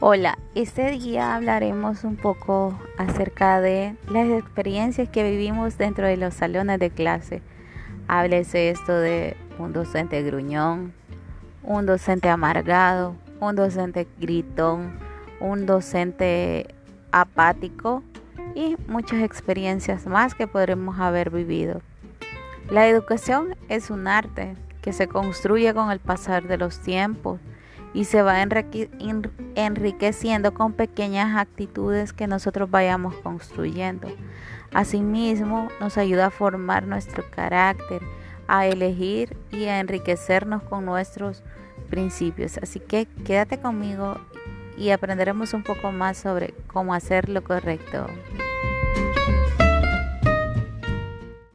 Hola, este día hablaremos un poco acerca de las experiencias que vivimos dentro de los salones de clase. Háblese esto de un docente gruñón, un docente amargado, un docente gritón, un docente apático y muchas experiencias más que podremos haber vivido. La educación es un arte que se construye con el pasar de los tiempos y se va enriqueciendo con pequeñas actitudes que nosotros vayamos construyendo. Asimismo, nos ayuda a formar nuestro carácter, a elegir y a enriquecernos con nuestros principios. Así que quédate conmigo y aprenderemos un poco más sobre cómo hacer lo correcto.